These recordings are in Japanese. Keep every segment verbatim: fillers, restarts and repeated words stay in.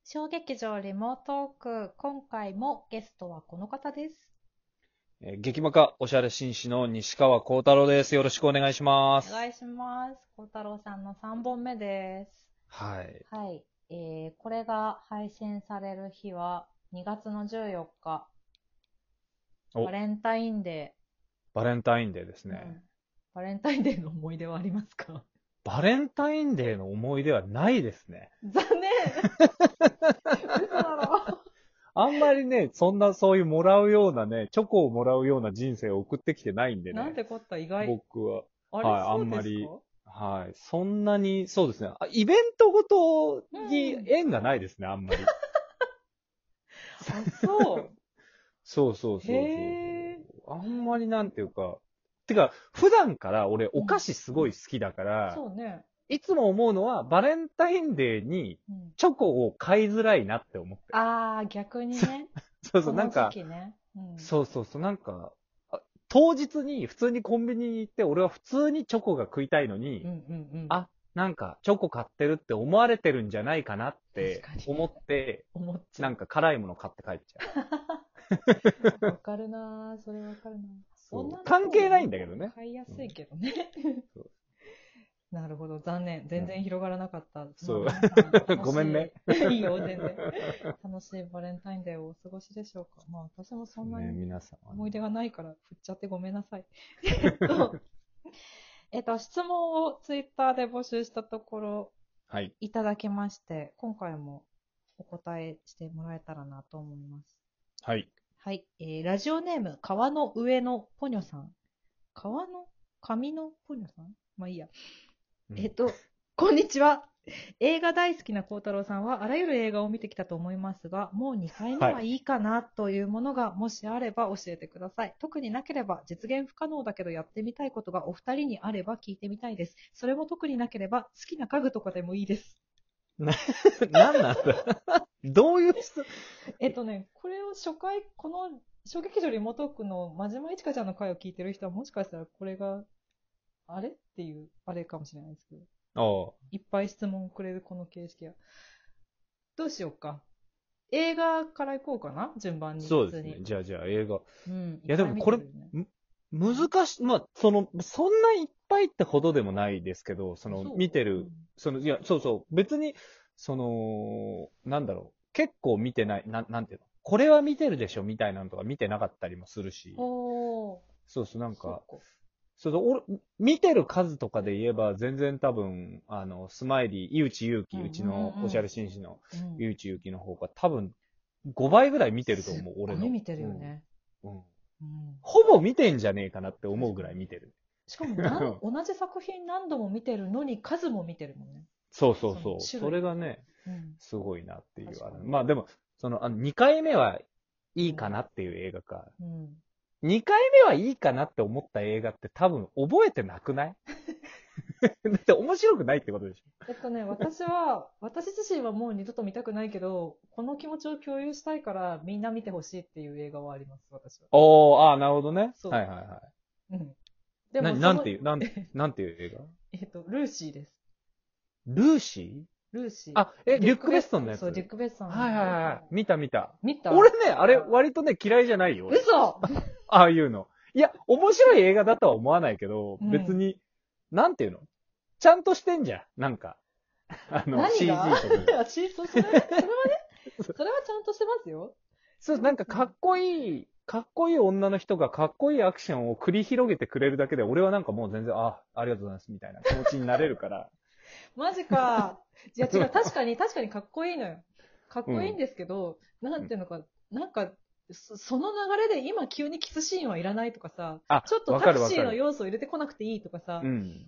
小劇場リモートーク、今回もゲストはこの方です。 えー劇バカおしゃれ紳士の西川幸太郎です。よろしくお願いします。 お願いします。孝太郎さんのさんぼんめです。 はい。 はい、えー、これが配信される日はにがつのじゅうよっか、バお、 レンタインデバレンタインデーですー。うね。 ん。バレンタインデーの思い出はありますか？ バレンタインデーの思い出はないですね。 残念嘘だろ。 あんまりね、そんなそういうもらうようなね、チョコをもらうような人生を送ってきてないんでなんね。 てこった、意外。 僕は。 あれ、 はい、あそうですか？ んまり。はい。そんなに、そうですね。あイベントごとにうん。 縁がないですね、あんまり。 あ、そそうそうう。 そうそうへー。 そう。あんまりなんていうか、てか、普段から俺うん。 お菓子すごい好きだから、 そうね。 いつも思うのは、バレンタインデーにうん。 チョコを買いづらいなって思ってる。 あー、逆にね。 そうそう、 この時なんか、 期ね。うん。 そうそうそう、なんか、あ当日に普通にコンビニに行って、俺は普通にチョコが食いたいのに、 うんうんうん。 あ、なんかチョコ買ってるって思われてるんじゃないかなって確かに。 思って、 思っちゃう。 なんか辛いもの買って帰っちゃう。 わかるなぁ。それわかるなぁ。 そう。 女の関係ない方がね、 んだけどね。 買いやすいうんけどね。 そう。 なるほど。残念。全然広がらなかった。まあそう皆さん、楽しい。 ごめんね。 いいよ、全然。楽しいバレンタインデーをお過ごしでしょうか。まあ私もそんなね、 に皆さんはね。 思い出がないから振っちゃってごめんなさい。えっと、えっと、質問をツイッターで募集したところ、 はい。 いただきまして、今回もお答えしてもらえたらなと思います。 はい。 はい、えー、ラジオネーム、川の上のポニョさん。川の上のポニョさん、まあいいや。 うん、 えっと、こんにちは。映画大好きな孝太郎さんはあらゆる映画を見てきたと思いますが、もうにかいめはい。 はいいかなというものがもしあれば教えてください。特になければ実現不可能だけどやってみたいことがお二人にあれば聞いてみたいです。それも特になければ好きな家具とかでもいいです。 な、なんなんだどういう質えっとね、これを初回、この小劇場リモートークの真島いちかちゃんの回を聞いてる人はもしかしたらこれがあれっていう、あれかもしれないですけど、 ああ。 いっぱい質問をくれるこの形式は。どうしようか。映画から行こうかな、順番に普通に。 そうですね。じゃあじゃあ映画。いうん、いっやでぱいもこれ、 見てるよね。 む難しい、まあ、その、そんないっぱいってほどでもないですけど、その、 あ、そう。 見てる、 うん。 その、いや、そうそう、別に、その、なんだろう、結構見てない、なん、なんていうの、これは見てるでしょみたいなのとか見てなかったりもするし、 おー、 そうそう、なんか、 そうか。 そうそう、俺、見てる数とかで言えば、全然多分、あの、スマイリー、井内優輝、うちうんうんのおしゃれ紳士のうん。うん。 井内優輝の方が多分、ごばいぐらい見てるとすっ思う、俺の。 ごい見てるうん。 よね。 うん。 うん。 ほぼ見てんじゃねえかなって思うぐ確かに。 らい見てる。 しかもなん同じ作品何度も見てるのに数も見てるもんね。 そうそうそのそう。そ種類が。 れがね、 うん。 すごいなっていう。あの確かに。 まあでも、その、あの、にかいめはいいかうん。 なっていう映画か。 うん。 にかいめはいいかなって思った映画って多分覚えてなくないだって面白くないってことでしえっとね、私は、私自身はもう二度と見たくないけど、この気持ちを共有したいからみんな見てほしいっていう映画はあります、私は。 ょ。おー、あー、なるほどね。はいそはいはう。うん。 い。な、 でも、その、 なんていう、なん、なんていう映画えっと、ルーシーです。 ルーシールーシー。 あ、え、リュック・ベッソンのやつ。 そう、リュック・ベッソンの。 はいはいはい。見た見た。 見た？ 俺ね、あれ割とね、嫌いじゃないよ、俺。 嘘ああいうの。いや、面白い映画だとは思わないけど、 うん。 別に、なんていうのちゃんとしてんじゃん。なんか、あの、 何がシージー とかで。 あ、ち、そ、それはね、それはね、それはちゃんとしてますよ。 そう、なんかかっこいい、かっこいい女の人がかっこいいアクションを繰り広げてくれるだけで、俺はなんかもう全然、あ、ありがとうございます、みたいな気持ちになれるから。 マジか。いや違う、確かに、確かにかっこいいのよ。かっうん。 こいいんですけど、なんていうのか、なんか、そその流れで今急にキスシーンはいらないとかさ、 あ、 ちょっとわタクシーのかるわかる。 要素を入れてこなくていいとかさ、 うん。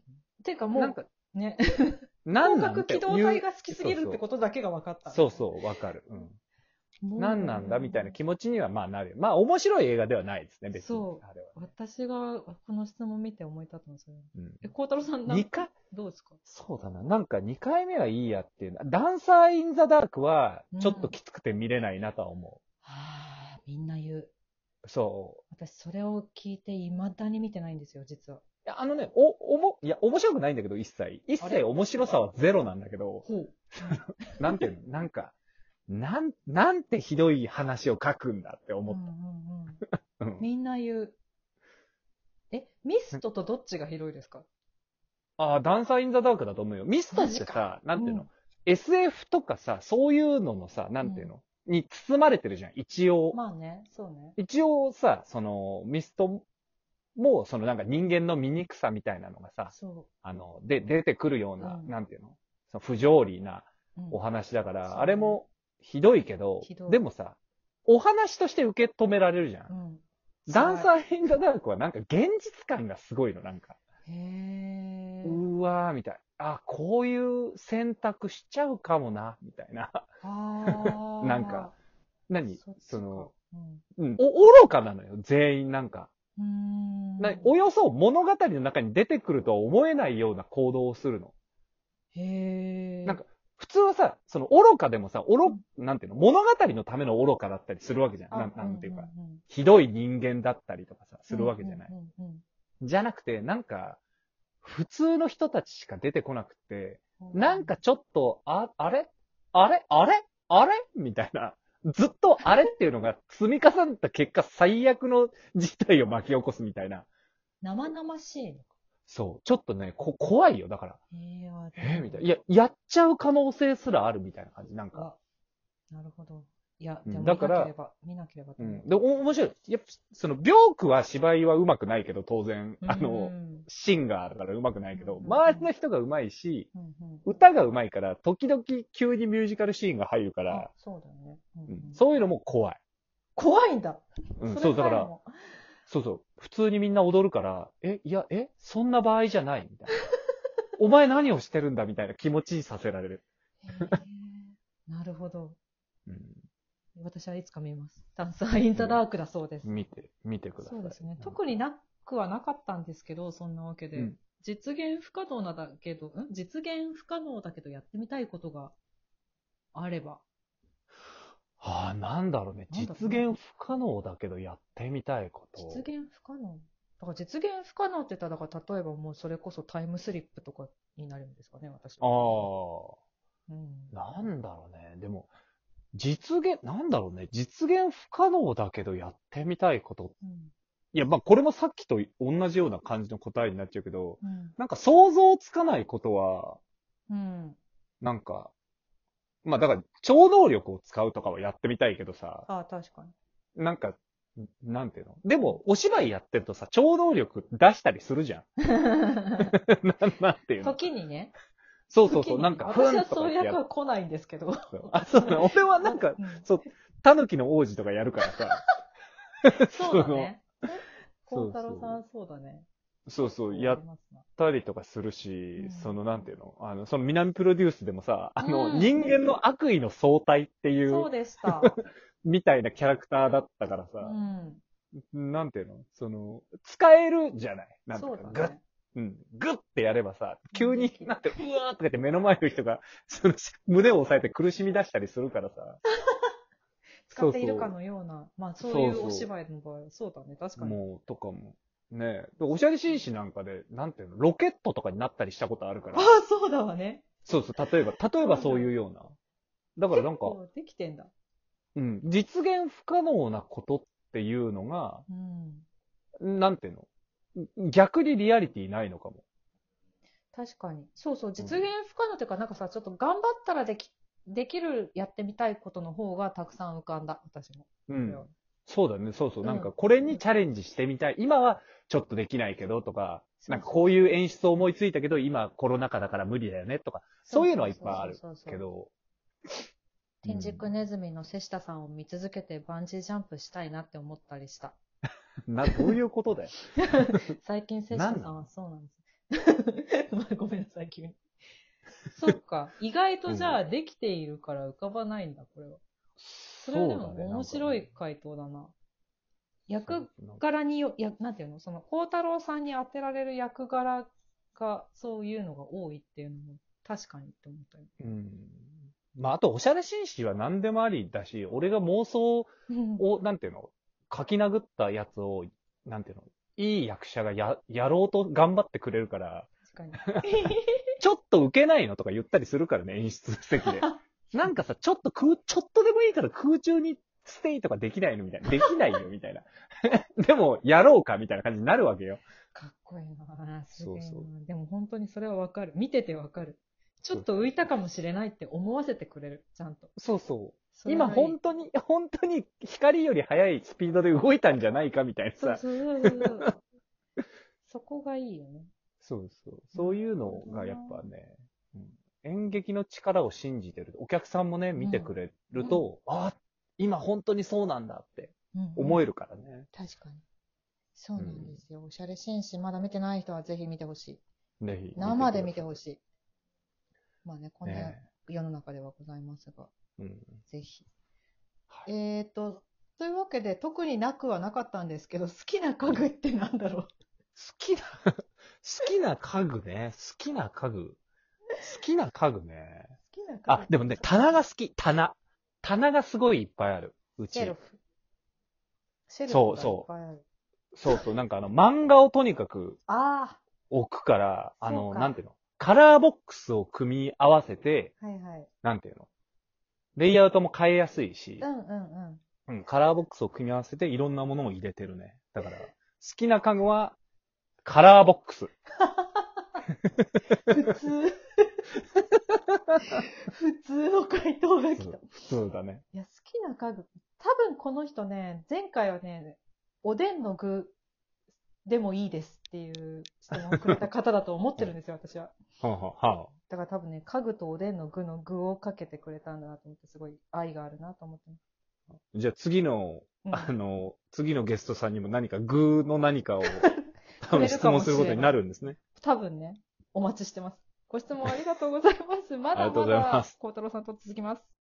ていうかもなんか、 う、ね、 なんなんっ広角機て言う。 動隊が好きすぎるってことだけが分かった。 そうそう、わかる。うん。なんなんだみたいなも気持ちにはまあなるよ。まあ面白い映画ではないですね、 う、 別に。 そう、 あれはね。 私がこの質問見て思い立ったの、それ。 うん。 え、孝太郎さん、なん二回、 どうですか？ そうだな。なんかにかいめはいいやっていうの。ダンサー・イン・ザ・ダークはうん。 ちょっときつくて見れないなとは思はあ、みんな言う。 う。そう。 私、それを聞いて、未だに見てないんですよ、実は。 いや、あのね、お、おも、いや、面白くないんだけど、一切。一あれ切面白さはゼロなんだけど、 ほう。 なんていうのなんか、 なん、なんてひどい話を書くんだって思っうんた。 うんうん。 うんみんな言う。え、ミストとどっちがひどいですか？ ああ、ダンサーインザダークだと思うよ。ミストっマジか。 てさ、なんていうの、 うんエスエフ とかさ、そういうののさ、なんていうの、に包まれてるじゃん、一応。 まあね、そうね。 一応さ、その、ミストも、そのなんか人間の醜さみたいなのがさ、 そあの、で、出てくるような、 うんなんていうの、その不条理なう。うんお話だから、 そうねあれもひどいけどひど、いでもさ、お話として受け止められるじゃん。 うん。 ダンサー。 ー・イン・ザ・ダークはなんか現実感がすごいの、なんか。 へえ。 うーわー、みたい。あ、こういう選択しちゃうかもな、みたいな。 あなんか、 あ。 何そっちか。 その、 うん。 うん、お、愚かなのよ、全員なんか。 うーん。 なおよそ物語の中に出てくるとは思えないような行動をするの。 へえ。 なんか、普通はさ、その愚かでもさ、愚、なんていうの、物語のための愚かだったりするわけじゃん。 あなんなんていうか、 うんうんひどい人間だったりとかさ、すうんるわけじゃない。 うんうんうんじゃなくて、なんか、普通の人たちしか出てこなくて、 うんなんかちょっと、あ、あれあれあれあれみたいな。ずっとあれっていうのが積み重なった結果、最悪の事態を巻き起こすみたいな。 生々しいのか。 そう。ちょっとね、こ、怖いよ。だから。 へえ、あでもえーみたいな。いや、やっちゃう可能性すらあるみたいな感じ。なんか。 あ、なるほど。いや、 うんでも見だからなければ、見なければと思う。 うん。で、お面白い。やっぱ、その、ビョークは芝居は上手くないけど、当然、あうの、 んシンガーだから上手くないけど、 うん周りの人が上手いし、 うんうん歌が上手いから、時々急にミュージカルシーンが入るかあら、、 そうだね。うんううんんそういうのも怖い。 怖いんだ。 うん、 そそう、だから、 れさえも。 そうそう、普通にみんな踊るから、え、いや、え、そんな場合じゃないみたいな。お前何をしてるんだみたいな気持ちにさせられる。 へえ、なるほど。 うん、 私はいつか見ます。ダンサーインザダークだそうです。 見て、見てください。 そうですね。特になくはなかったんですけど、そんなわけで。 うん実現不可能なだけど、ん実現不可能だけどやってみたいことがあれば。 はあ、なんだろうね。 なんだろう実現不可能だけどやってみたいこと。 実現不可能だから実現不可能って言ったら、だから例えばもうそれこそタイムスリップとかになるんですかね、私あは。 あ。 うん。 なんだろうね。でも、実現、なんだろうね。実現不可能だけどやってみたいこと。 うん。 いや、まあ、これもさっきと同じような感じの答えになっちゃうけど、 うん。 なんか想像つかないことは、 うん。 なんか、まあ、だから、超能力を使うとかはやってみたいけどさ、 ああ、確かに。 なんか、なんていうのでも、お芝居やってるとさ、超能力出したりするじゃん。ななんていうの時にね。 そうそうそう、 時になんか、 私はそういう役ふんとかやは来ないんですけど。 そうあ、そうね。俺はなんかう、んそう、タヌキの王子とかやるからさ。 そうだね。 その孝太郎さん、そうだね。 そうそう、やっますなたりとかするし、 うんその、なんていうのあの、その南プロデュースでもさ、あの、 うん人間の悪意の相対っていそうう、 でした。 みたいなキャラクターだったからうさ、 ん。 なんていうのその、使えるじゃないなんていうか、グッそうだね。 うん、グッてやればさ、急うんになって、うわーとか言って目の前の人が、その、胸を押さえて苦しみ出したりするからさ。 使っているかのような、まあそういうお芝居の場合はそうだね、確かに。 もう、とかも。ねえ。おしゃれ紳士なんかで、なんていうの、ロケットとかになったりしたことあるから。 ああ、そうだわね。 そうそう、例えば、例えばそういうような。だからなんか、 こうできてんだ。 うん、実現不可能なことっていうのが、 うん。 なんていうの、逆にリアリティないのかも。 確かに。そうそう、実現不可能っていうか、なんかさ、ちょっと頑張ったらでき、できる、やってみたいことの方がたくさん浮かんだ、私も。 うん。そうだね、そうそう。 うんなんか、これにチャレンジしてみたい。今はちょっとできないけどとか、 そうそうなんかこういう演出を思いついたけど、今コロナ禍だから無理だよねとか、そういうのはいっぱいあるそうそうそうそうけど。 天竺ネズミの瀬下さんを見続けてバンジージャンプしたいなって思ったりした。 な、どういうことだよ。 最近瀬下さんはそうなんです。まあごめんなさい、急に。そっか。意外とじゃあできているから浮かばないんだ、これは。それはでも面白い回答だな。役柄によ、や、なんていうのその、孝太郎さんに当てられる役柄が、そういうのが多いっていうのも、確かにって思ったよ。 うん。まあ、あと、おしゃれ紳士は何でもありだし、俺が妄想を、なんていうの、書き殴ったやつを、なんていうの、いい役者がや、やろうと頑張ってくれるから、 確かに。 ちょっと受けないのとか言ったりするからね、演出席で。 なんかさ、ちょっと空、ちょっとでもいいから空中にステイとかできないのみたいな。できないよ、みたいな。でも、やろうか、みたいな感じになるわけよ。 かっこいいなすげえなそうそうでも本当にそれはわかる。見ててわかる。ちょっと浮いたかもしれないって思わせてくれる。ちゃんと。 そうそう。 それがいい今本当に、本当に光より速いスピードで動いたんじゃないかみたいなさ。 そうそうそうそうそう。そこがいいよね。 そうそう。そういうのがやっぱね、うん、演劇の力を信じてる。お客さんもね、見てくれると、うん、あ、今本当にそうなんだって思えるからね。うんうん、 確かに。そうなんですよ。うん、おしゃれ紳士、まだ見てない人はぜひ見てほしい。 ぜひ。 生で見てほしい。まあね、こんな世の中ではございますが、ね、ぜひ。はい、えっと、というわけで、特になくはなかったんですけど、好きな家具ってなんだろう。好きな、好きな家具ね。好きな家具。好きな家具ね。好きな家具。あ、でもね、棚が好き。棚。棚がすごいいっぱいある。うち。 シェルフ。シェルフがいっぱいある。 そうそう。そうそう。なんかあの、漫画をとにかく置くから、あの、なんていうの。カラーボックスを組み合わせて、はいはい、なんていうの。レイアウトも変えやすいし、うんうんうん。うん、カラーボックスを組み合わせていろんなものを入れてるね。だから、好きな家具は、カラーボックス。 普通。普通の回答が来た。 普通だね。 いや、好きな家具。多分この人ね、前回はね、おでんの具でもいいですっていう質問をくれた方だと思ってるんですよ、私は。はあはあ、だから多分ね、家具とおでんの具の具をかけてくれたんだなと思って、すごい愛があるなと思ってます。 じゃあ次の、うん、あの、次のゲストさんにも何か具の何かを多分質問することになるんですね。 多分ね、お待ちしてます。ご質問ありがとうございます。まだまだ、孝太郎さんと続きます。